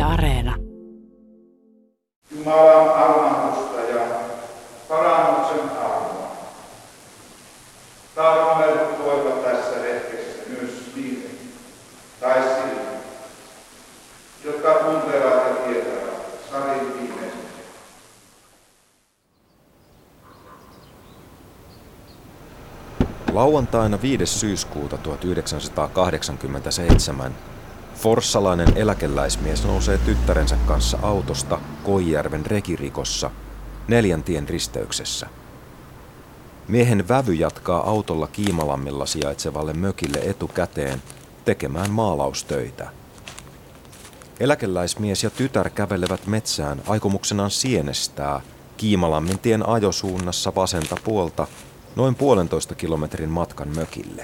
Areena. Jumalan armahdusta ja parannuksen armoa. Tahdon toivoa tässä hetkessä myös niille, tai sille, jotka tuntevat ja tietävät Sarin viimeisen. Lauantaina 5. syyskuuta 1987 forssalainen eläkeläismies nousee tyttärensä kanssa autosta Koijärven rekirikossa 4. tien risteyksessä. Miehen vävy jatkaa autolla Kiimalammilla sijaitsevalle mökille etukäteen tekemään maalaustöitä. Eläkeläismies ja tytär kävelevät metsään aikomuksenaan sienestää Kiimalammin tien ajosuunnassa vasenta puolta noin 1,5 kilometrin matkan mökille.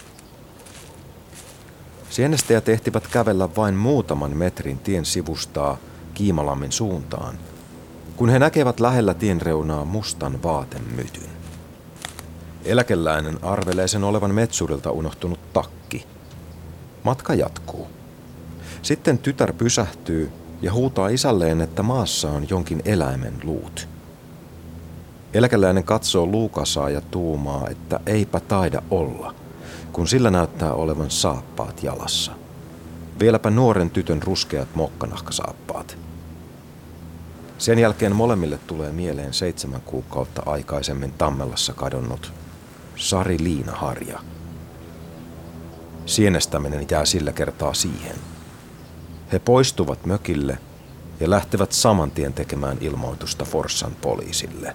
Sienestäjät ehtivät kävellä vain muutaman metrin tien sivustaa Kiimalammin suuntaan, kun he näkevät lähellä tien reunaa mustan vaatemytyn. Eläkeläinen arvelee sen olevan metsurilta unohtunut takki. Matka jatkuu. Sitten tytär pysähtyy ja huutaa isälleen, että maassa on jonkin eläimen luut. Eläkeläinen katsoo luukasaa ja tuumaa, että eipä taida olla, kun sillä näyttää olevan saappaat jalassa. Vieläpä nuoren tytön ruskeat mokkanahkasaappaat. Sen jälkeen molemmille tulee mieleen 7 kuukautta aikaisemmin Tammelassa kadonnut Sari Liinaharja. Sienestäminen jää sillä kertaa siihen. He poistuvat mökille ja lähtevät saman tien tekemään ilmoitusta Forssan poliisille.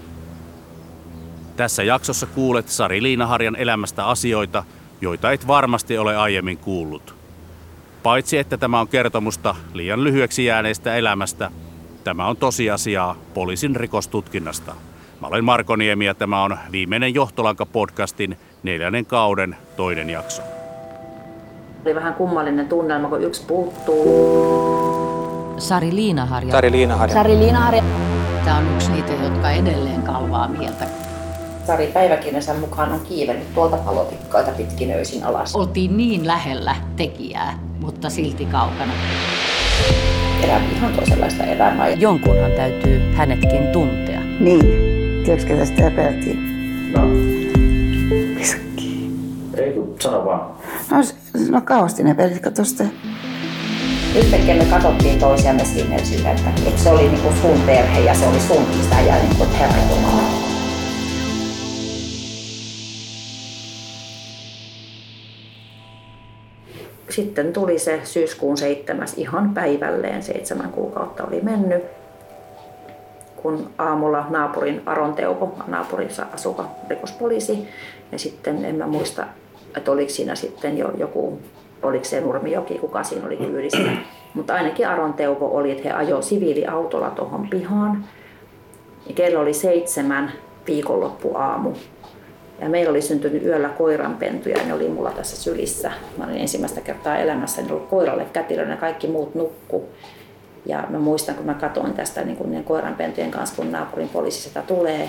Tässä jaksossa kuulet Sari Liinaharjan elämästä asioita, joita et varmasti ole aiemmin kuullut. Paitsi että tämä on kertomusta liian lyhyeksi jääneestä elämästä, tämä on tosiasiaa poliisin rikostutkinnasta. Mä olen Marko Niemi ja tämä on viimeinen Johtolanka-podcastin 4. kauden 2. jakso. Oli vähän kummallinen tunnelma, kun yksi puuttuu. Sari Liinaharja. Sari Liinaharja. Tämä on yksi niitä, jotka edelleen kalvaa mieltä. Sari päiväkirjansa mukaan on kiivennyt tuolta palotikkaita pitkin öisin alas. Oltiin niin lähellä tekijää, mutta silti kaukana. Elämä ihan toisenlaista elämää. Jonkunhan täytyy hänetkin tuntea. Niin. Tiedätkö, ketä sitä epäiltiin? No, Pisakki. ei kun sano vaan. No kauheasti ne pelit, tosta. Yhtäkkiä me katsottiin toisiamme siinä sillä, että se oli niinku sun perhe ja se oli sun isä ja niinku Herra Jumala. Sitten tuli se syyskuun 7. ihan päivälleen, 7 kuukautta oli mennyt, kun aamulla naapurin Aron Teuvo, naapurissa asuva rikospoliisi, ja sitten en mä muista, että oliko siinä sitten jo joku, oliko se Nurmijoki, kuka siinä oli kyydissä, mutta ainakin Aron Teuvo oli, että he ajoi siviiliautolla tuohon pihaan, ja kello oli 7 viikonloppuaamu. Ja meillä oli syntynyt yöllä koiranpentuja ja ne oli mulla tässä sylissä. Mä olin ensimmäistä kertaa elämässäni ollut koiralle kätilönä ja kaikki muut nukku. Ja mä muistan, kun mä katsoin tästä niin kun ne koiranpentujen kanssa, kun naapurin poliisi sitä tulee.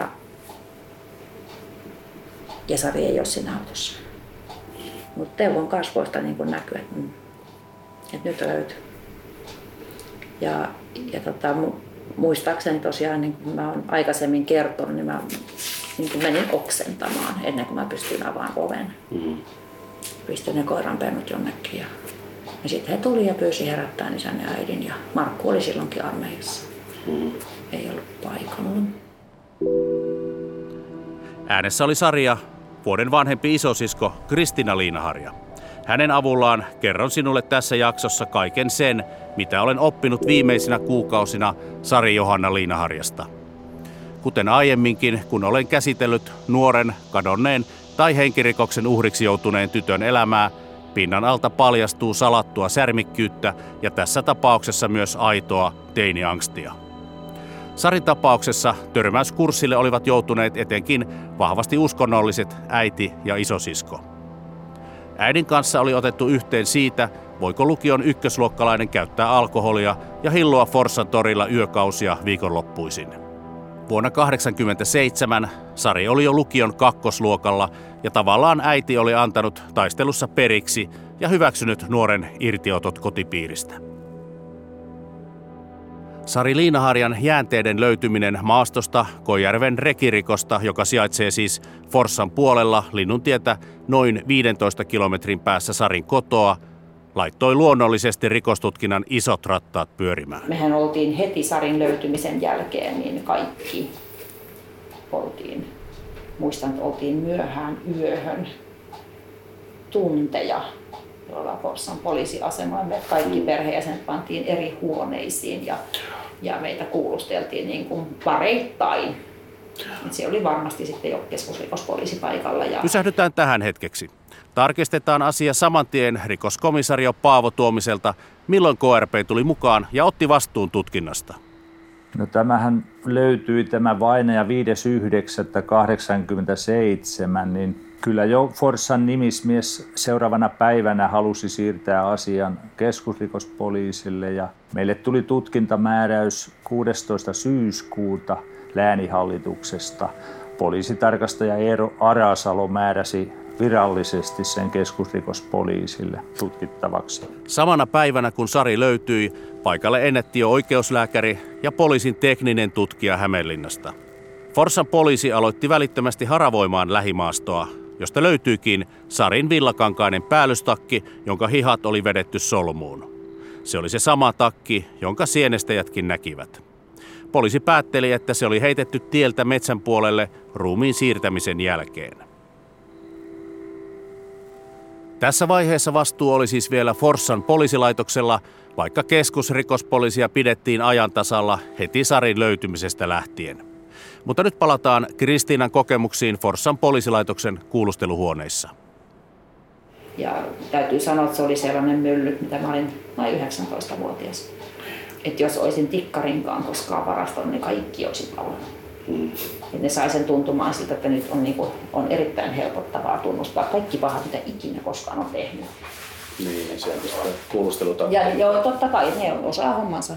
Ja Sari ei ole siinä autossa. Mutta Teuvon kasvoista niin kun näkyy, että nyt löytyy. Ja muistaakseni tosiaan, niin kuin mä oon aikaisemmin kertonut, niin mä niin kuin menin oksentamaan ennen kuin mä pystyin avaamaan oven. Pistin ne koiranpennut jonnekin. Ja sitten he tuli ja pyysi herättämään isän ja äidin. Ja Markku oli silloinkin armeijassa. Ei ollut paikalla. Äänessä oli Sari ja vuoden vanhempi isosisko Kristiina Liinaharja. Hänen avullaan kerron sinulle tässä jaksossa kaiken sen, mitä olen oppinut viimeisinä kuukausina Sari Johanna Liinaharjasta. Kuten aiemminkin, kun olen käsitellyt nuoren, kadonneen tai henkirikoksen uhriksi joutuneen tytön elämää, pinnan alta paljastuu salattua särmikkyyttä ja tässä tapauksessa myös aitoa teiniangstia. Sarin tapauksessa törmäyskurssille olivat joutuneet etenkin vahvasti uskonnolliset äiti ja isosisko. Äidin kanssa oli otettu yhteen siitä, voiko lukion ykkösluokkalainen käyttää alkoholia ja hilloa Forssan torilla yökausia viikonloppuisin. Vuonna 1987 Sari oli jo lukion kakkosluokalla ja tavallaan äiti oli antanut taistelussa periksi ja hyväksynyt nuoren irtiotot kotipiiristä. Sari Liinaharjan jäänteiden löytyminen maastosta Koijärven rekirikosta, joka sijaitsee siis Forssan puolella Linnuntietä noin 15 kilometrin päässä Sarin kotoa, laittoi luonnollisesti rikostutkinnan isot rattaat pyörimään. Mehän oltiin heti Sarin löytymisen jälkeen, niin kaikki oltiin, muistan, että oltiin myöhään yöhön tunteja jolla Forssan poliisiasemalla. Me kaikki perheenjäsenet pantiin eri huoneisiin ja meitä kuulusteltiin niin kuin pareittain. Se oli varmasti sitten jo keskusrikospoliisi paikalla. Pysähdytään tähän hetkeksi. Tarkistetaan asia saman tien rikoskomisario Paavo Tuomiselta, milloin KRP tuli mukaan ja otti vastuun tutkinnasta. No tämähän löytyi tämä vainaja 5.9.87, niin kyllä jo Forssan nimismies seuraavana päivänä halusi siirtää asian keskusrikospoliisille ja meille tuli tutkintamääräys 16. syyskuuta lääninhallituksesta. Poliisitarkastaja Eero Arasalo määräsi virallisesti sen keskusrikospoliisille tutkittavaksi. Samana päivänä kun Sari löytyi, paikalle ennätti jo oikeuslääkäri ja poliisin tekninen tutkija Hämeenlinnasta. Forssan poliisi aloitti välittömästi haravoimaan lähimaastoa, josta löytyykin Sarin villakankainen päällystakki, jonka hihat oli vedetty solmuun. Se oli se sama takki, jonka sienestäjätkin näkivät. Poliisi päätteli, että se oli heitetty tieltä metsän puolelle ruumiin siirtämisen jälkeen. Tässä vaiheessa vastuu oli siis vielä Forssan poliisilaitoksella, vaikka keskusrikospoliisia pidettiin ajan tasalla heti Sarin löytymisestä lähtien. Mutta nyt palataan Kristiinan kokemuksiin Forssan poliisilaitoksen kuulusteluhuoneissa. Ja täytyy sanoa, että se oli sellainen mylly, mitä mä olin noin 19-vuotias. Että jos olisin tikkarinkaan koskaan varastanut, niin kaikki olisi palannut. Et ne sai sen tuntumaan siltä, että nyt on erittäin helpottavaa tunnustaa kaikki pahat, mitä ikinä koskaan on tehnyt. Niin, sieltä sitä kuulusteluta. Ja joo, totta kai, ne osaa hommansa.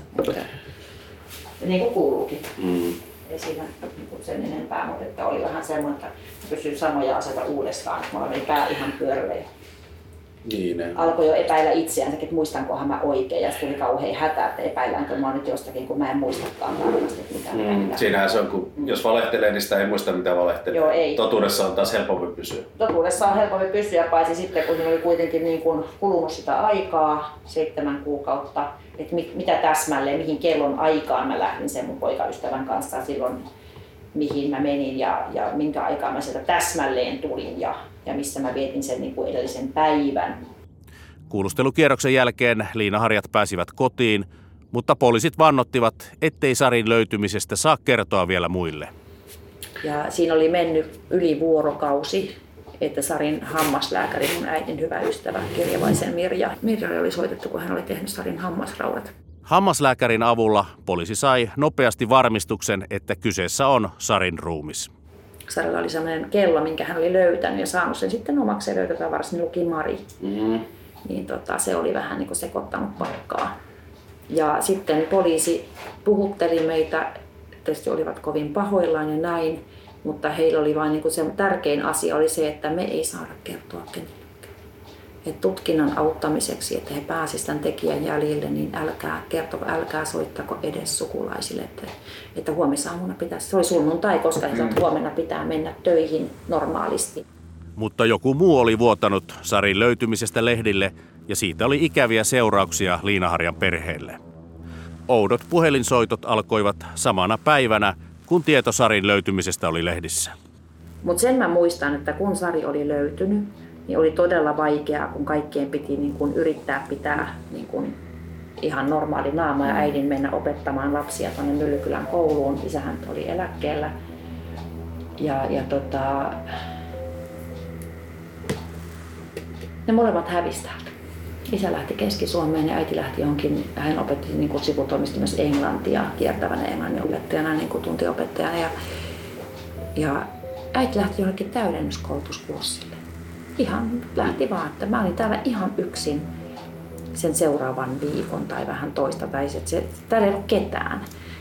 Niin kuin kuuluukin. Ei siinä sen enempää, mutta että oli vähän semmoinen, että pystyi samoja asioita uudestaan. Mulla oli pää ihan pyöreä. Niin, alkoi jo epäillä itseänsä, että muistankohan mä oikein, ja sitten tuli kauhean hätä, että epäilläänkö mä nyt jostakin, kun mä en muistakaan varmasti mitä. Siinähän se on, kun jos valehtelee, niin sitä ei muista mitä valehtelee. Joo, ei. Totuudessa on taas helpompi pysyä. Totuudessa on helpompi pysyä, paitsi sitten kun oli kuitenkin niin kuin kulunut sitä aikaa, 7 kuukautta, että mitä täsmälleen, mihin kellon aikaan mä lähdin sen mun poikaystävän kanssa silloin, mihin mä menin ja minkä aikaa mä sieltä täsmälleen tulin ja missä mä vietin sen niin kuin edellisen päivän. Kuulustelukierroksen jälkeen Liinaharjat pääsivät kotiin, mutta poliisit vannottivat, ettei Sarin löytymisestä saa kertoa vielä muille. Ja siinä oli mennyt yli vuorokausi, että Sarin hammaslääkäri, mun äitin hyvä ystävä, Kirjavaisen Mirjalle oli soitettu, kun hän oli tehnyt Sarin hammasraudat. Hammaslääkärin avulla poliisi sai nopeasti varmistuksen, että kyseessä on Sarin ruumis. Sarilla oli sellainen kello, minkä hän oli löytänyt ja saanut sen sitten omakseen löytötavarassa, niin luki Mari. Niin se oli vähän niin kuin sekoittanut pakkaa. Ja sitten poliisi puhutteli meitä, tietysti olivat kovin pahoillaan ja näin, mutta heillä oli vain niin kuin se tärkein asia oli se, että me ei saada kertoa kenellekään. Et tutkinnan auttamiseksi, että he pääsisivät tämän tekijän jäljille, niin älkää kertoko, älkää soittako edes sukulaisille, että huomisaamuna pitäisi, se oli sunnuntai, koska he sanoivat, että huomenna pitää mennä töihin normaalisti. Mutta joku muu oli vuotanut Sarin löytymisestä lehdille ja siitä oli ikäviä seurauksia Liinaharjan perheelle. Oudot puhelinsoitot alkoivat samana päivänä, kun tieto Sarin löytymisestä oli lehdissä. Mutta sen mä muistan, että kun Sari oli löytynyt, niin oli todella vaikeaa, kun kaikkien piti niin kun yrittää pitää niin kun ihan normaali naama ja äidin mennä opettamaan lapsia tuonne Myllykylän kouluun. Isähän oli eläkkeellä. Ne molemmat hävisi täältä. Isä lähti Keski-Suomeen ja äiti lähti johonkin, hän opetti niin kuin sivutoimisesti myös englantia kiertävänä englanninopettajana, niin kuin tuntiopettajana. Ja äiti lähti jollekin täydennyskoulutuskurssille. Ihan lähti vaan, että mä olin täällä ihan yksin sen seuraavan viikon tai vähän toista. Tai täällä ei ollut ketään.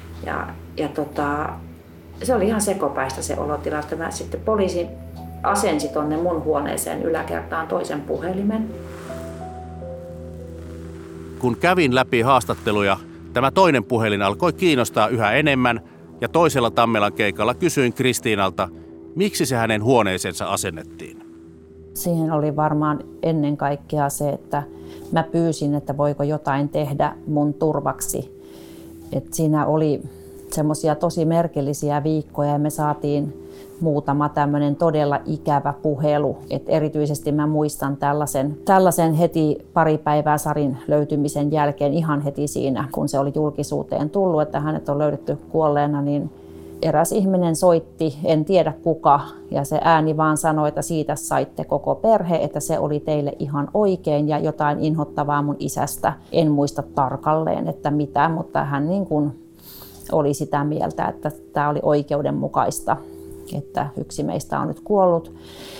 Se oli ihan sekopäistä se olotila, että mä sitten poliisi asensi tonne mun huoneeseen yläkertaan toisen puhelimen. Kun kävin läpi haastatteluja, Tämä toinen puhelin alkoi kiinnostaa yhä enemmän ja toisella Tammelan keikalla kysyin Kristiinalta, miksi se hänen huoneeseensa asennettiin. Siihen oli varmaan ennen kaikkea se, että mä pyysin, että voiko jotain tehdä mun turvaksi. Et siinä oli semmoisia tosi merkillisiä viikkoja ja me saatiin muutama tämmöinen todella ikävä puhelu. Et erityisesti mä muistan tällaisen heti pari päivää Sarin löytymisen jälkeen, ihan heti siinä, kun se oli julkisuuteen tullut, että hänet on löydetty kuolleena, niin eräs ihminen soitti, en tiedä kuka, ja se ääni vaan sanoi, että siitä saitte koko perhe, että se oli teille ihan oikein ja jotain inhottavaa mun isästä. En muista tarkalleen, että mitä, mutta hän niin kuin oli sitä mieltä, että tämä oli oikeudenmukaista, että yksi meistä on nyt kuollut.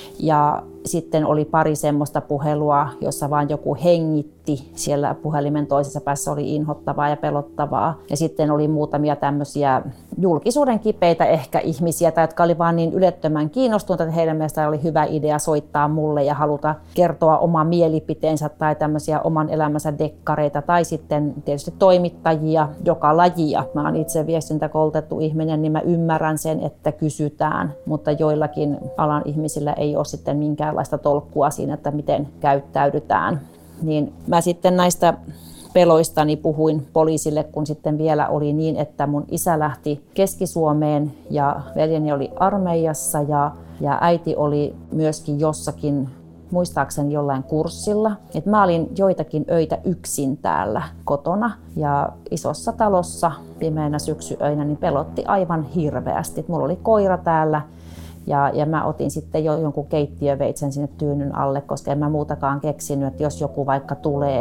Ja sitten oli pari semmoista puhelua, jossa vaan joku hengitti. Siellä puhelimen toisessa päässä oli inhottavaa ja pelottavaa. Ja sitten oli muutamia tämmöisiä julkisuuden kipeitä ehkä ihmisiä, jotka oli vaan niin ylettömän kiinnostuneita, että heidän mielestään oli hyvä idea soittaa mulle ja haluta kertoa oma mielipiteensä tai tämmöisiä oman elämänsä dekkareita. Tai sitten tietysti toimittajia, joka lajia. Mä oon itse viestintäkoulutettu ihminen, niin mä ymmärrän sen, että kysytään. Mutta joillakin alan ihmisillä ei ole sitten minkäänlaista tolkkua siinä, että miten käyttäydytään. Niin mä sitten näistä peloistani puhuin poliisille, kun sitten vielä oli niin, että mun isä lähti Keski-Suomeen ja veljeni oli armeijassa ja äiti oli myöskin jossakin, muistaakseni jollain kurssilla. Et mä olin joitakin öitä yksin täällä kotona ja isossa talossa pimeänä syksyöinä niin pelotti aivan hirveästi. Mulla oli koira täällä. Ja mä otin sitten jo jonkun keittiöveitsen sinne tyynyn alle, koska en mä muutakaan keksinyt, että jos joku vaikka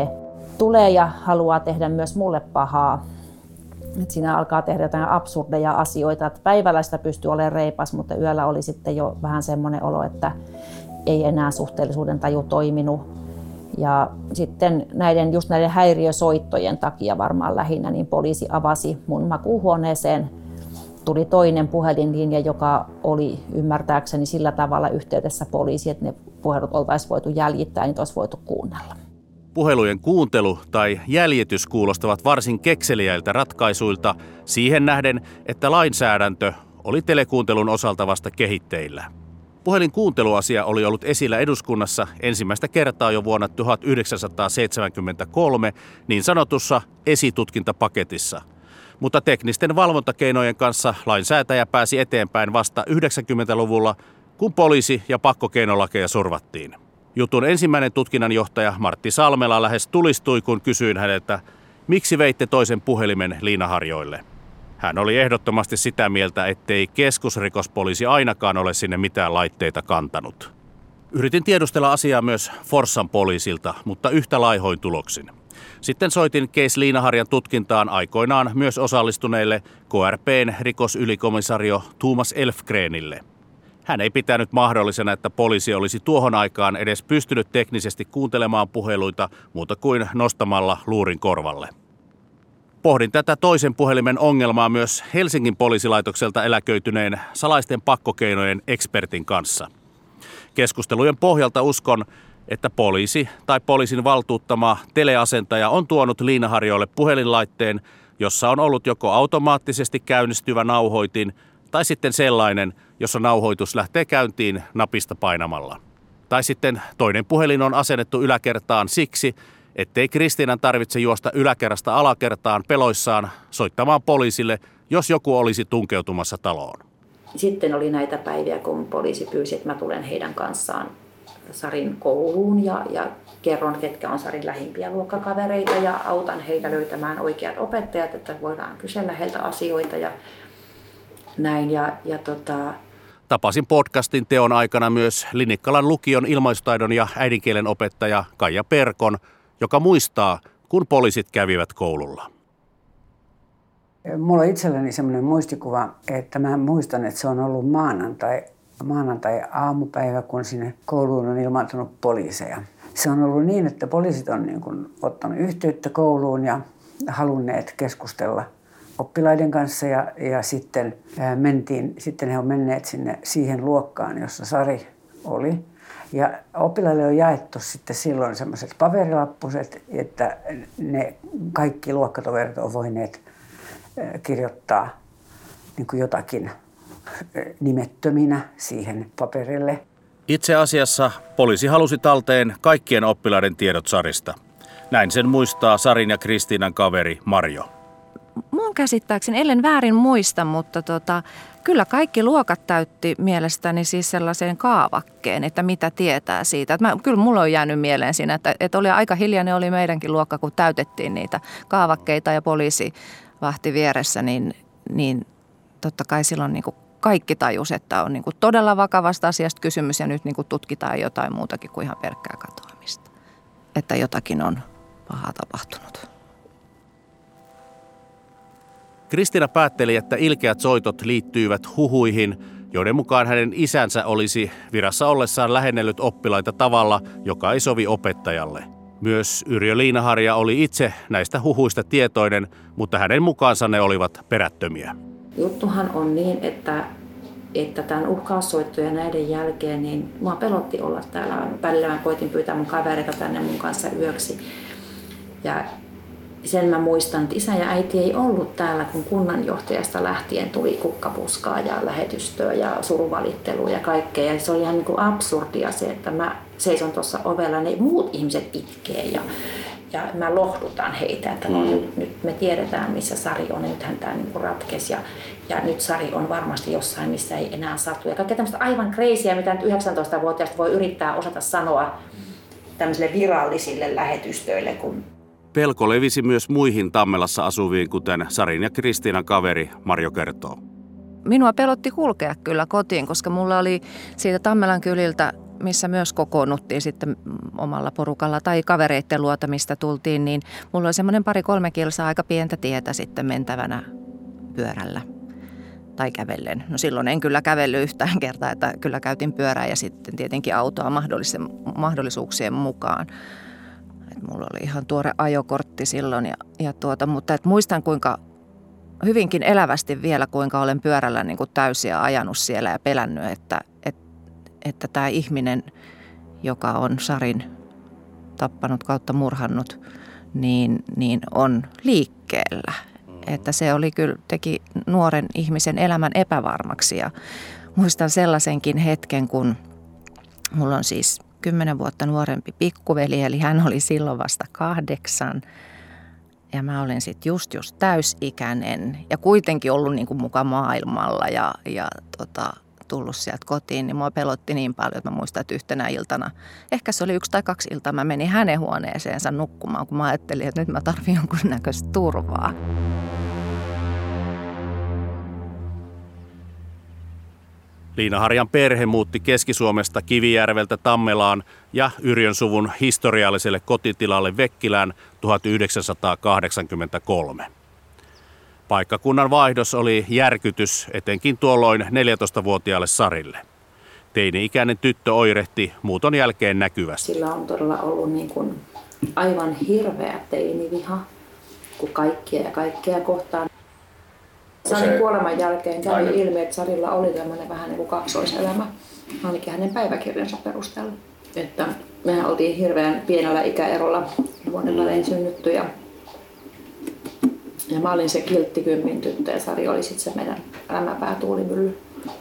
tulee ja haluaa tehdä myös mulle pahaa, että siinä alkaa tehdä jotain absurdeja asioita, että päivällä sitä pystyy olemaan reipas, mutta yöllä oli sitten jo vähän semmoinen olo, että ei enää suhteellisuuden taju toiminut. Ja sitten näiden häiriösoittojen takia varmaan lähinnä, niin poliisi avasi mun makuuhuoneeseen. Tuli toinen puhelinlinja, joka oli ymmärtääkseni sillä tavalla yhteydessä poliisiin, että ne puhelut oltaisiin voitu jäljittää ja niitä olisi voitu kuunnella. Puhelujen kuuntelu tai jäljitys kuulostavat varsin kekseliäiltä ratkaisuilta siihen nähden, että lainsäädäntö oli telekuuntelun osalta vasta kehitteillä. Puhelinkuunteluasia oli ollut esillä eduskunnassa ensimmäistä kertaa jo vuonna 1973 niin sanotussa esitutkintapaketissa. Mutta teknisten valvontakeinojen kanssa lainsäätäjä pääsi eteenpäin vasta 90-luvulla, kun poliisi- ja pakkokeinolakeja sorvattiin. Jutun ensimmäinen tutkinnanjohtaja Martti Salmela lähes tulistui, kun kysyin häneltä, miksi veitte toisen puhelimen Liinaharjoille. Hän oli ehdottomasti sitä mieltä, ettei keskusrikospoliisi ainakaan ole sinne mitään laitteita kantanut. Yritin tiedustella asiaa myös Forssan poliisilta, mutta yhtä laihoin tuloksin. Sitten soitin Case Liinaharjan tutkintaan aikoinaan myös osallistuneille KRP:n rikosylikomisario Thomas Elfgrenille. Hän ei pitänyt mahdollisena, että poliisi olisi tuohon aikaan edes pystynyt teknisesti kuuntelemaan puheluita muuta kuin nostamalla luurin korvalle. Pohdin tätä toisen puhelimen ongelmaa myös Helsingin poliisilaitokselta eläköityneen salaisten pakkokeinojen ekspertin kanssa. Keskustelujen pohjalta uskon, että poliisi tai poliisin valtuuttama teleasentaja on tuonut Liinaharjoille puhelinlaitteen, jossa on ollut joko automaattisesti käynnistyvä nauhoitin tai sitten sellainen, jossa nauhoitus lähtee käyntiin napista painamalla. Tai sitten toinen puhelin on asennettu yläkertaan siksi, ettei Kristiinan tarvitse juosta yläkerrasta alakertaan peloissaan soittamaan poliisille, jos joku olisi tunkeutumassa taloon. Sitten oli näitä päiviä, kun poliisi pyysi, että mä tulen heidän kanssaan Sarin kouluun ja kerron, ketkä on Sarin lähimpiä luokkakavereita ja autan heitä löytämään oikeat opettajat, että voidaan kysellä heiltä asioita ja näin. Tapasin podcastin teon aikana myös Linnikkalan lukion ilmaistaidon ja äidinkielen opettaja Kaija Perkon, joka muistaa, kun poliisit kävivät koululla. Mulla on itselläni sellainen muistikuva, että mä muistan, että se on ollut maanantai aamupäivä, kun sinne kouluun on ilmaantunut poliiseja. Se on ollut niin, että poliisit on niin kuin ottanut yhteyttä kouluun ja halunneet keskustella oppilaiden kanssa ja sitten he on menneet siihen luokkaan, jossa Sari oli. Ja oppilaille on jaettu sitten silloin sellaiset paperilappuset, että ne kaikki luokkatoverit on voineet kirjoittaa niin kuin jotakin nimettöminä siihen paperille. Itse asiassa poliisi halusi talteen kaikkien oppilaiden tiedot Sarista. Näin sen muistaa Sarin ja Kristiinan kaveri Marjo. Mun käsittääkseni, ellen väärin muista, mutta kyllä kaikki luokat täytti mielestäni siis sellaisen kaavakkeen, että mitä tietää siitä. Kyllä mulla on jäänyt mieleen siinä, että oli aika hiljainen oli meidänkin luokka, kun täytettiin niitä kaavakkeita ja poliisi vahti vieressä, niin totta kai silloin niin kuin kaikki tajus, että on niin kuin todella vakavasta asiasta kysymys ja nyt niin kuin tutkitaan jotain muutakin kuin ihan pelkkää katoamista. Että jotakin on pahaa tapahtunut. Kristiina päätteli, että ilkeät soitot liittyivät huhuihin, joiden mukaan hänen isänsä olisi virassa ollessaan lähennellyt oppilaita tavalla, joka ei sovi opettajalle. Myös Yrjö Liinaharja oli itse näistä huhuista tietoinen, mutta hänen mukaansa ne olivat perättömiä. Juttuhan on niin, että tämän uhkaussoittojen näiden jälkeen, niin mua pelotti olla täällä. Välillä mä koitin pyytää mun kavereita tänne mun kanssa yöksi. Ja sen mä muistan, että isä ja äiti ei ollut täällä, kun kunnanjohtajasta lähtien tuli kukkapuskaa ja lähetystöä ja suruvalittelua ja kaikkea. Ja se oli ihan niin kuin absurdia se, että mä seison tuossa ovella, niin muut ihmiset itkee ja mä lohdutan heitä, että no, nyt me tiedetään, missä Sari on, ja nythän tämä niin kuin ratkesi. Ja nyt Sari on varmasti jossain, missä ei enää satu. Ja kaikkea tämmöistä aivan crazyä, mitä nyt 19-vuotiaasta voi yrittää osata sanoa tämmöisille virallisille lähetystöille. Pelko levisi myös muihin Tammelassa asuviin, kuten Sarin ja Kristiinan kaveri Marjo kertoo. Minua pelotti kulkea kyllä kotiin, koska mulla oli siitä Tammelan kyliltä, missä myös kokoonnuttiin sitten omalla porukalla tai kavereitten luota, mistä tultiin, niin mulla oli semmoinen 2-3 kilsaa aika pientä tietä sitten mentävänä pyörällä tai kävellen. No silloin en kyllä kävellyt yhtään kertaa, että kyllä käytin pyörää ja sitten tietenkin autoa mahdollisuuksien mukaan. Mulla oli ihan tuore ajokortti silloin, mutta muistan kuinka hyvinkin elävästi vielä, kuinka olen pyörällä niin kuin täysiä ajanut siellä ja pelännyt, että tämä ihminen, joka on Sarin tappanut kautta murhannut, niin on liikkeellä. Että se oli kyllä, teki nuoren ihmisen elämän epävarmaksi ja muistan sellaisenkin hetken, kun mulla on siis 10 vuotta nuorempi pikkuveli, eli hän oli silloin vasta 8 ja mä olin sitten just täysikäinen ja kuitenkin ollut niin kuin muka maailmalla ja tullut sieltä kotiin, niin mua pelotti niin paljon, että mä muistan, että yhtenä iltana, ehkä se oli 1 tai 2 iltaa, mä menin hänen huoneeseensa nukkumaan, kun mä ajattelin, että nyt mä tarvitsen jonkunnäköistä turvaa. Liinaharjan perhe muutti Keski-Suomesta Kivijärveltä Tammelaan ja Yrjön suvun historialliselle kotitilalle Vekkilään 1983. Paikkakunnan vaihdos oli järkytys etenkin tuolloin 14-vuotiaalle Sarille. Teini-ikäinen tyttö oirehti muuton jälkeen näkyvästi. Sillä on todella ollut niin kuin aivan hirveä teiniviha, kun kaikkea kohtaan. Sarin kuoleman jälkeen kävi ilmi, että Sarilla oli tämmöinen vähän niin kuin kaksoiselämä, ainakin hänen päiväkirjansa perusteella. Että mehän oltiin hirveän pienellä ikäerolla vuoden välein synnytty ja mä olin se kilttikymmin tyttö ja Sari oli sitten se meidän elämäpäätuulimylly.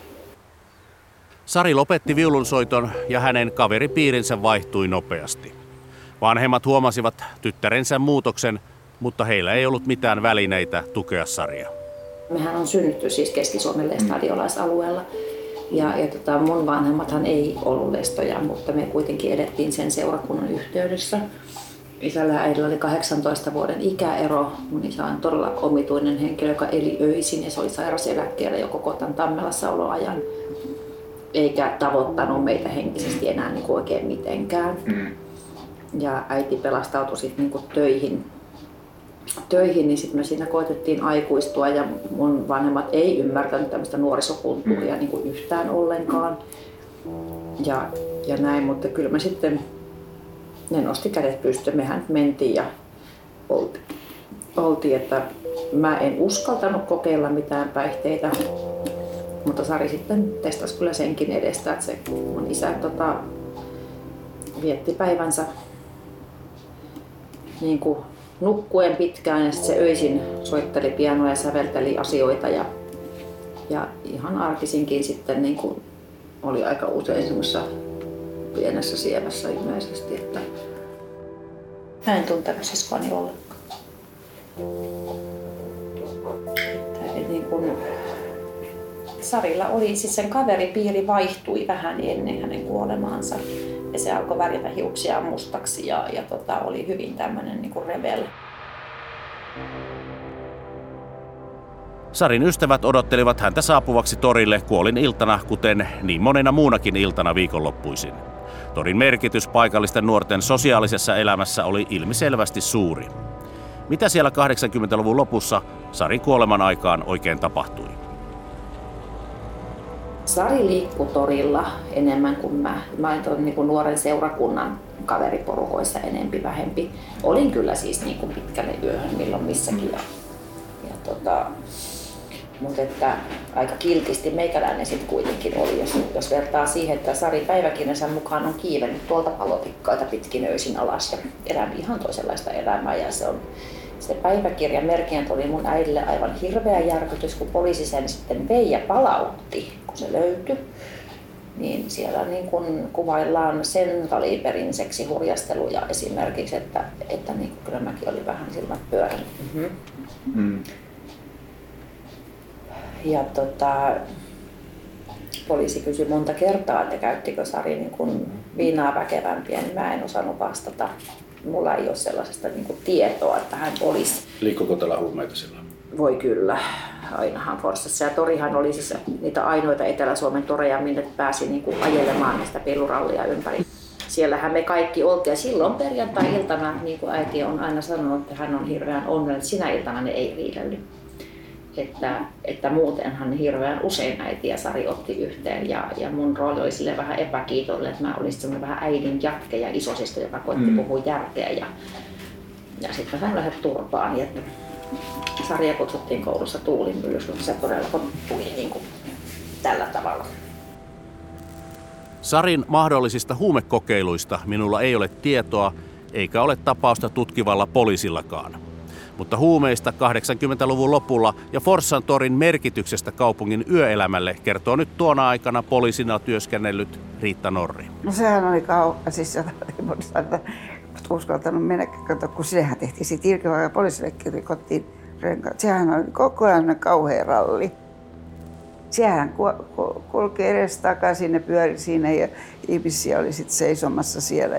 Sari lopetti viulunsoiton ja hänen kaveripiirinsä vaihtui nopeasti. Vanhemmat huomasivat tyttärensä muutoksen, mutta heillä ei ollut mitään välineitä tukea Saria. Mehän on synnytty siis Keski-Suomen lestadiolaisalueella ja mun vanhemmathan ei ollut lestoja, mutta me kuitenkin edettiin sen seurakunnan yhteydessä. Isällä ja äidillä oli 18 vuoden ikäero. Mun isä on todella omituinen henkilö, joka eli öisin ja se oli sairauseläkkeellä jo koko tämän Tammelassa oloajan. Eikä tavoittanut meitä henkisesti enää niin kuin oikein mitenkään. Ja äiti pelastautui sitten niin kuin töihin, niin sitten me siinä koetettiin aikuistua ja mun vanhemmat ei ymmärtänyt tämmöistä nuorisokulttuuria niin kuin yhtään ollenkaan. Ja näin, mutta kyllä me sitten, ne nosti kädet pystyyn, mehän mentiin ja oltiin, että mä en uskaltanut kokeilla mitään päihteitä, mutta Sari sitten testasi kyllä senkin edestä, että se mun isä vietti päivänsä niin kuin nukkuen pitkään ja sitten se öisin soitteli pianoa ja sävelteli asioita ja ihan arkisinkin sitten niin kuin oli aika usein semmoisessa pienessä sievässä ilmeisesti, että mä en tuntenut siskoani ollenkaan. Niin kuin Sarilla oli, siis sen kaveripiiri vaihtui vähän ennen hänen kuolemaansa ja se alkoi värjätä hiuksiaan mustaksi ja oli hyvin tämmöinen niin kuin rebel. Sarin ystävät odottelivat häntä saapuvaksi torille kuolin iltana, kuten niin monena muunakin iltana viikonloppuisin. Torin merkitys paikallisten nuorten sosiaalisessa elämässä oli ilmiselvästi suuri. Mitä siellä 80-luvun lopussa Sarin kuoleman aikaan oikein tapahtui? Sari liikkui torilla enemmän kuin mä. Mä olin niin kuin nuoren seurakunnan kaveriporukoissa enempi vähempi. Olin kyllä siis niin kuin pitkälle yöhön milloin missäkin. Mutta että aika kiltisti meikäläinen sitten kuitenkin oli, jos vertaa siihen, että Sari päiväkirjansa mukaan on kiivennyt tuolta palotikkaita pitkin öisin alas ja elänyt ihan toisenlaista elämää. Ja se päiväkirjan merkintä oli mun äidille aivan hirveä järkytys, kun poliisi sen sitten vei ja palautti, kun se löytyi. Niin siellä niin kun kuvaillaan sen kaliberin seksihurjasteluja esimerkiksi, että niin kyllä mäkin oli vähän silmät pyörännyt. Ja poliisi kysyi monta kertaa, että käyttikö Sari niin kuin viinaa väkevämpiä, niin mä en osannut vastata. Mulla ei ole sellaisesta niin kuin tietoa, että hän olisi. Liikkuuko täällä huumeita silloin? Voi kyllä, ainahan Forssassa. Ja torihan oli siis niitä ainoita Etelä-Suomen toreja, minne pääsi niin kuin ajelemaan sitä pillurallia ympäri. Siellähän me kaikki oltiin ja silloin perjantai-iltana, niin kuin äiti on aina sanonut, että hän on hirveän onnellinen, että sinä iltana ne ei riidellyt. Että muutenhan hirveän usein äiti ja Sari otti yhteen ja mun rooli oli sille vähän epäkiitollinen, että mä olin semmoinen vähän äidin jatke ja isosisko, joka koitti puhua järkeä ja sitten mä sain lähteä turpaan. Ja Saria kutsuttiin koulussa tuulimyllyksi, mutta se todella tuli niin kuin tällä tavalla. Sarin mahdollisista huumekokeiluista minulla ei ole tietoa, eikä ole tapausta tutkivalla poliisillakaan. Mutta huumeista 80-luvun lopulla ja Forssan torin merkityksestä kaupungin yöelämälle kertoo nyt tuona aikana poliisina työskennellyt Riitta Norri. No sehän oli siis uskaltanut mennä, kun sehän tehtiin siitä Irkevaa ja poliisillekin rikottiin renkaat. Sehän oli koko ajan kauhea ralli. Sehän kulki edes takaisin, ne pyöri siinä ja ihmisiä oli sitten seisomassa siellä.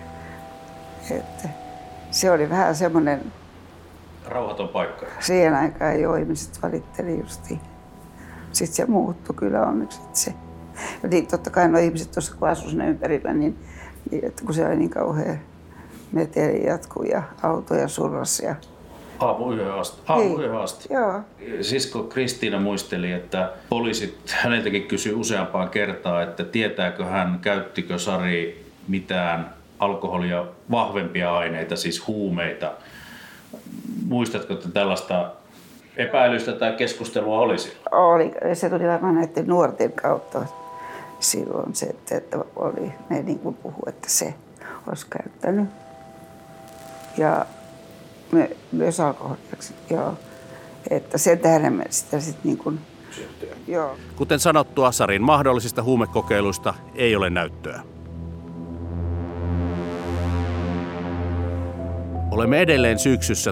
Se oli vähän semmoinen rauhaton paikka. Siihen aikaan jo ihmiset valitteli justiin. Sitten se muuttui kyllä onneksi. Niin totta kai nuo ihmiset tuossa kun asuivat sinne ympärillä, niin että kun se oli niin kauhea meteli jatkuu ja autoja surras. Aamuyöhön asti. Joo. Sisko Kristiina muisteli, että poliisit häneltäkin kysyi useampaan kertaan, että tietääkö hän, käyttikö Sari mitään alkoholia, vahvempia aineita, siis huumeita. Muistatko, että tällaista epäilystä tai keskustelua oli silloin? Oli. Se tuli varmaan näiden nuorten kautta silloin se, että oli, ne niin kuin puhui, että se olisi käyttänyt. Ja myös alkoholiaksi, joo. Että sen tähden sitä sitten niin kuin, joo. Kuten sanottua, Sarin mahdollisista huumekokeiluista ei ole näyttöä. Olemme edelleen syksyssä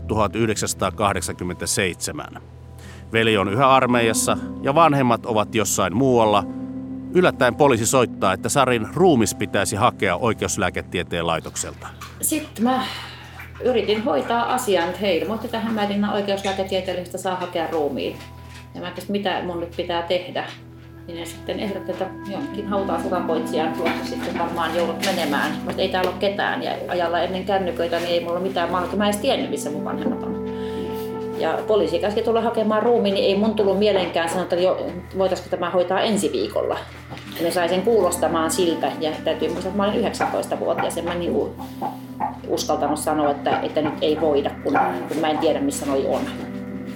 1987. Veli on yhä armeijassa ja vanhemmat ovat jossain muualla. Yllättäen poliisi soittaa, että Sarin ruumis pitäisi hakea oikeuslääketieteen laitokselta. Sitten mä yritin hoitaa asian, että he ilmoitti tähän Märinnan oikeuslääketieteellisestä saa hakea ruumiin. Ja mä kysyin, mitä mun nyt pitää tehdä. Niin ne sitten ehdotti, että jonkin hautausurakoitsijaan tuossa sitten varmaan joudut menemään. Mutta ei täällä ole ketään ja ajalla ennen kännyköitä niin ei mulla mitään mahdollisuutta. Mä en edes tiennyt, missä mun vanhemmat on. Ja poliisi käski tulla hakemaan ruumiin, niin ei mun tullut mieleenkään sanoa, että voitaisiko tämä hoitaa ensi viikolla. Ja ne sai sen kuulostamaan siltä ja täytyy muistaa, että mä olin 19-vuotias ja mä niinku uskaltanut sanoa, että nyt ei voida, kun mä en tiedä missä noi on.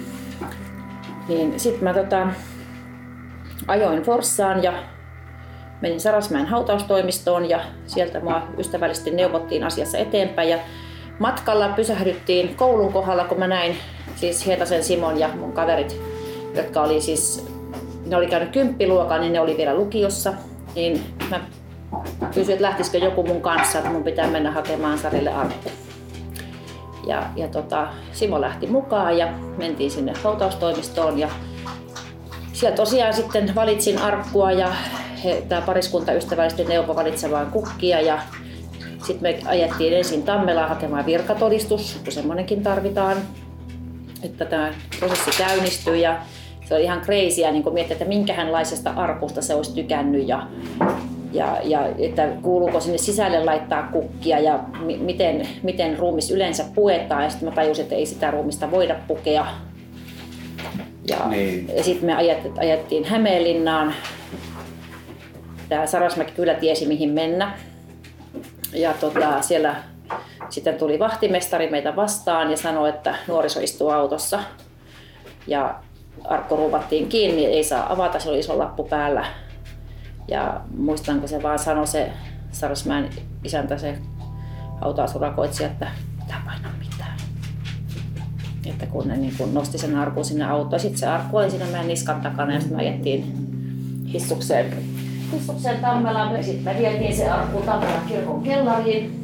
Niin sit mä ajoin Forssaan ja menin Sarasmäen hautaustoimistoon ja sieltä mua ystävällisesti neuvottiin asiassa eteenpäin. Ja matkalla pysähdyttiin koulun kohdalla, kun mä näin siis Hietasen Simon ja mun kaverit, jotka oli siis, ne oli käynyt 10-luokan, niin ne oli vielä lukiossa. Niin mä kysyin, että lähtisikö joku mun kanssa, että mun pitää mennä hakemaan Sarille arkku. Ja Simo lähti mukaan ja mentiin sinne hautaustoimistoon. Ja siellä tosiaan sitten valitsin arkkua ja tämä pariskunta ystävällisesti neuvoi valitsemaan kukkia. Ja sitten me ajettiin ensin Tammelaan hakemaan virkatodistus, kun semmoinenkin tarvitaan, että tämä prosessi käynnistyy. Ja se oli ihan crazyä niin miettiä, että minkähänlaisesta arkusta se olisi tykännyt ja että kuuluuko sinne sisälle laittaa kukkia ja miten ruumis yleensä puetaan. Ja sitten mä tajusin, että ei sitä ruumista voida pukea. Ja sitten me ajettiin Hämeenlinnaan. Tämä Sarasmäki kyllä tiesi mihin mennä. Ja siellä sitten tuli vahtimestari meitä vastaan ja sanoi, että nuoriso istuu autossa. Ja arkku ruuvattiin kiinni, ei saa avata, se oli iso lappu päällä. Ja muistan, kun se vaan sanoi se Sarasmäen isäntä, se hautausurakoitsija, että pitää painaa mitään. Että kun ne niin kun nosti sen arkun sinne autoon, sitten se arkku oli siinä meidän niskan takana ja sitten me ajettiin hissukseen Tammelaan. Ja sitten me vietiin se arkku Tammelan kirkon kellariin.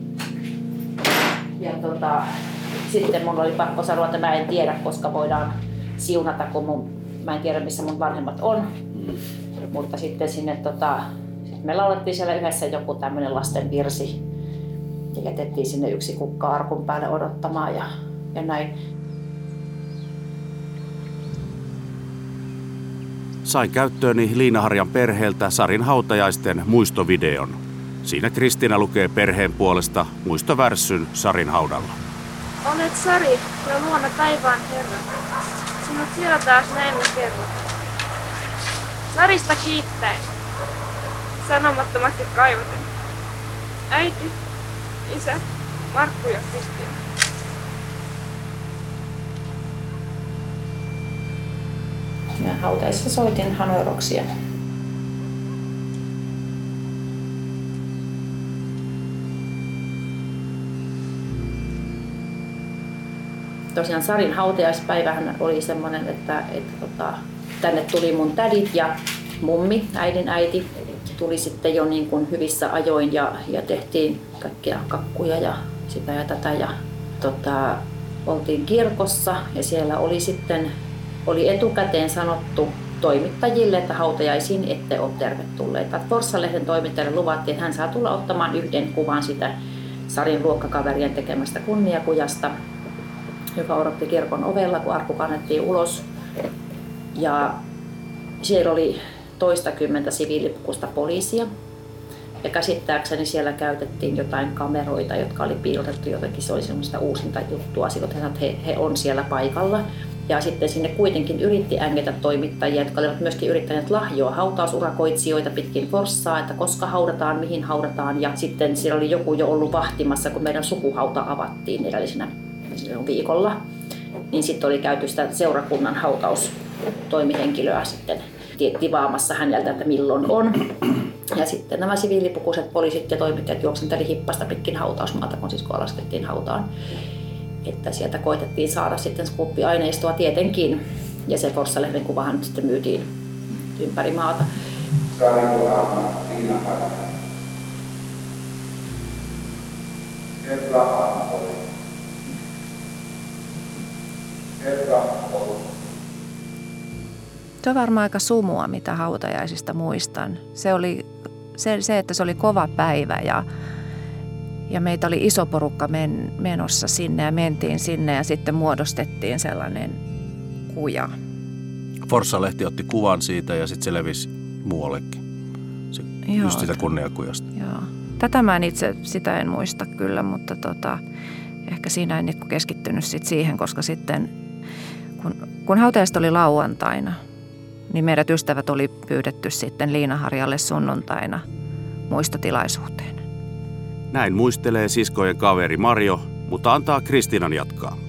Ja sitten mun oli pakko sanoa, että mä en tiedä, koska voidaan siunata, kun mä en tiedä missä mun vanhemmat on. Mutta sitten sinne sit me laulettiin siellä yhdessä joku tämmönen lasten virsi ja jätettiin sinne yksi kukka arkun päälle odottamaan ja näin. Sain käyttööni Liinaharjan perheeltä Sarin hautajaisten muistovideon. Siinä Kristiina lukee perheen puolesta muistovärssyn Sarin haudalla. Olet Sari ja luona taivaan Herra. Sinut siellä taas näemme kerran. Sarista kiittäen, sanomattomasti kaivoten. Äiti, isä, Markku ja Kristiina. Ja hautaissa soitin Hanoiroksia. Tosiaan Sarin hautajaispäivähän oli semmoinen, että tänne tuli mun tädit ja mummi, äidin äiti, tuli sitten jo niin kuin hyvissä ajoin ja tehtiin kaikkia kakkuja ja sitä ja tätä. Ja oltiin kirkossa ja siellä oli etukäteen sanottu toimittajille, että hautajaisiin ette ole tervetulleita. Forssa-lehden toimittajalle luvattiin, että hän saa tulla ottamaan yhden kuvan sitä Sarin luokkakaverien tekemästä kunniakujasta, joka odotti kirkon ovella, kun arkku kannettiin ulos. Ja siellä oli toistakymmentä siviilipukuista poliisia. Ja käsittääkseni siellä käytettiin jotain kameroita, jotka oli piilotettu jotenkin. Se oli semmoista uusinta juttua. Silloin he on siellä paikalla. Ja sitten sinne kuitenkin yritti ängetä toimittajia, jotka olivat myöskin yrittäneet lahjoa hautausurakoitsijoita pitkin Forssaa, että koska haudataan, mihin haudataan. Ja sitten siellä oli joku jo ollut vahtimassa, kun meidän sukuhauta avattiin edellisenä viikolla. Niin sitten oli käyty sitä seurakunnan hautaustoimihenkilöä sitten tivaamassa häneltä, että milloin on. Ja sitten nämä siviilipukuiset poliisit ja toimittajat juoksenteli hippasta pitkin hautausmaata, kun siskoa laskettiin hautaan. Että sieltä koitettiin saada sitten skuppiaineistoa tietenkin. Ja se Forssa-lehden kuvahan sitten myytiin ympäri maata. Se on varmaan aika sumua, mitä hautajaisista muistan. Se oli se, että se oli kova päivä ja meitä oli iso porukka menossa sinne ja mentiin sinne ja sitten muodostettiin sellainen kuja. Forssa-lehti otti kuvan siitä ja sitten se levisi muuallekin. Just sitä kunniakujasta. Joo. Tätä mä sitä en muista kyllä, mutta ehkä siinä en nyt keskittynyt siihen, koska sitten kun hautajaiset oli lauantaina, niin meidät ystävät oli pyydetty sitten Liinaharjalle sunnuntaina muistotilaisuuteen. Näin muistelee siskojen kaveri Marjo, mutta antaa Kristiinan jatkaa.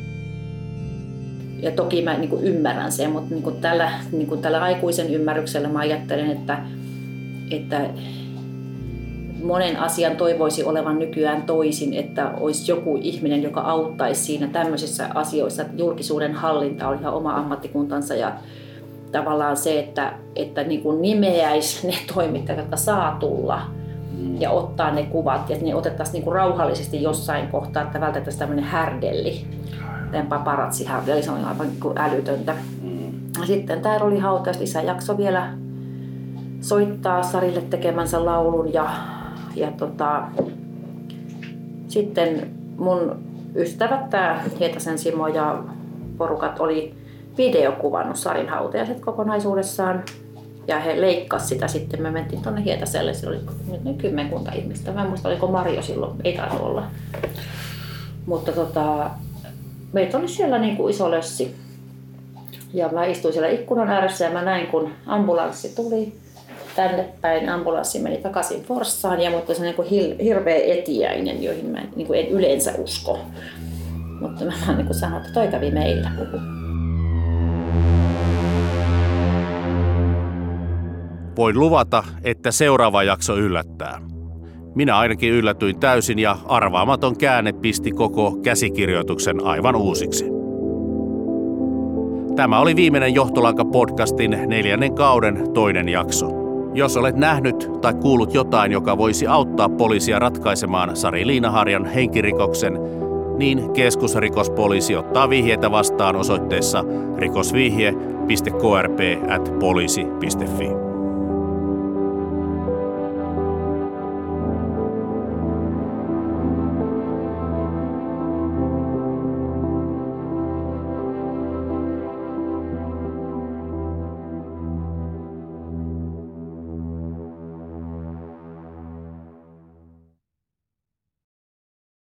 Ja toki mä ymmärrän sen, mutta tällä aikuisen ymmärryksellä mä ajattelen, että että monen asian toivoisi olevan nykyään toisin, että olisi joku ihminen, joka auttaisi siinä tämmöisissä asioissa. Julkisuuden hallinta on ihan oma ammattikuntansa ja tavallaan se, että niin kuin nimeäisi ne toimittajat, jotka saa tulla ja ottaa ne kuvat ja ne otettaisiin niin kuin rauhallisesti jossain kohtaa, että vältettäisiin tämmöinen härdelli. Tämän paparazzi-härdelli, se on aivan niin kuin älytöntä. Sitten täällä oli hautajaista, isä jaksoi vielä soittaa Sarille tekemänsä laulun ja sitten mun ystävät, tää Hietasen Simo ja porukat oli videokuvannut Sarin hautajaiset kokonaisuudessaan ja he leikkasivat sitä sitten. Me mentiin tuonne Hietaselle, siellä oli 10 ihmistä. Mä en muista, oliko Marjo silloin, ei taisi olla. Mutta meitä oli siellä niin kuin iso lössi. Ja mä istuin siellä ikkunan ääressä ja mä näin, kun ambulanssi tuli tänne päin. Ambulanssi meni takaisin Forssaan ja mutta se on niin hirveä etiäinen, joihin mä niin kuin en yleensä usko. Mutta mä niin kuin sanoin, että toi kävi meillä. Voin luvata, että seuraava jakso yllättää. Minä ainakin yllätyin täysin ja arvaamaton käänne pisti koko käsikirjoituksen aivan uusiksi. Tämä oli viimeinen Johtolanka-podcastin 4. kauden 2. jakso. Jos olet nähnyt tai kuullut jotain, joka voisi auttaa poliisia ratkaisemaan Sari Liinaharjan henkirikoksen, niin keskusrikospoliisi ottaa vihjeitä vastaan osoitteessa rikosvihje.krp@poliisi.fi.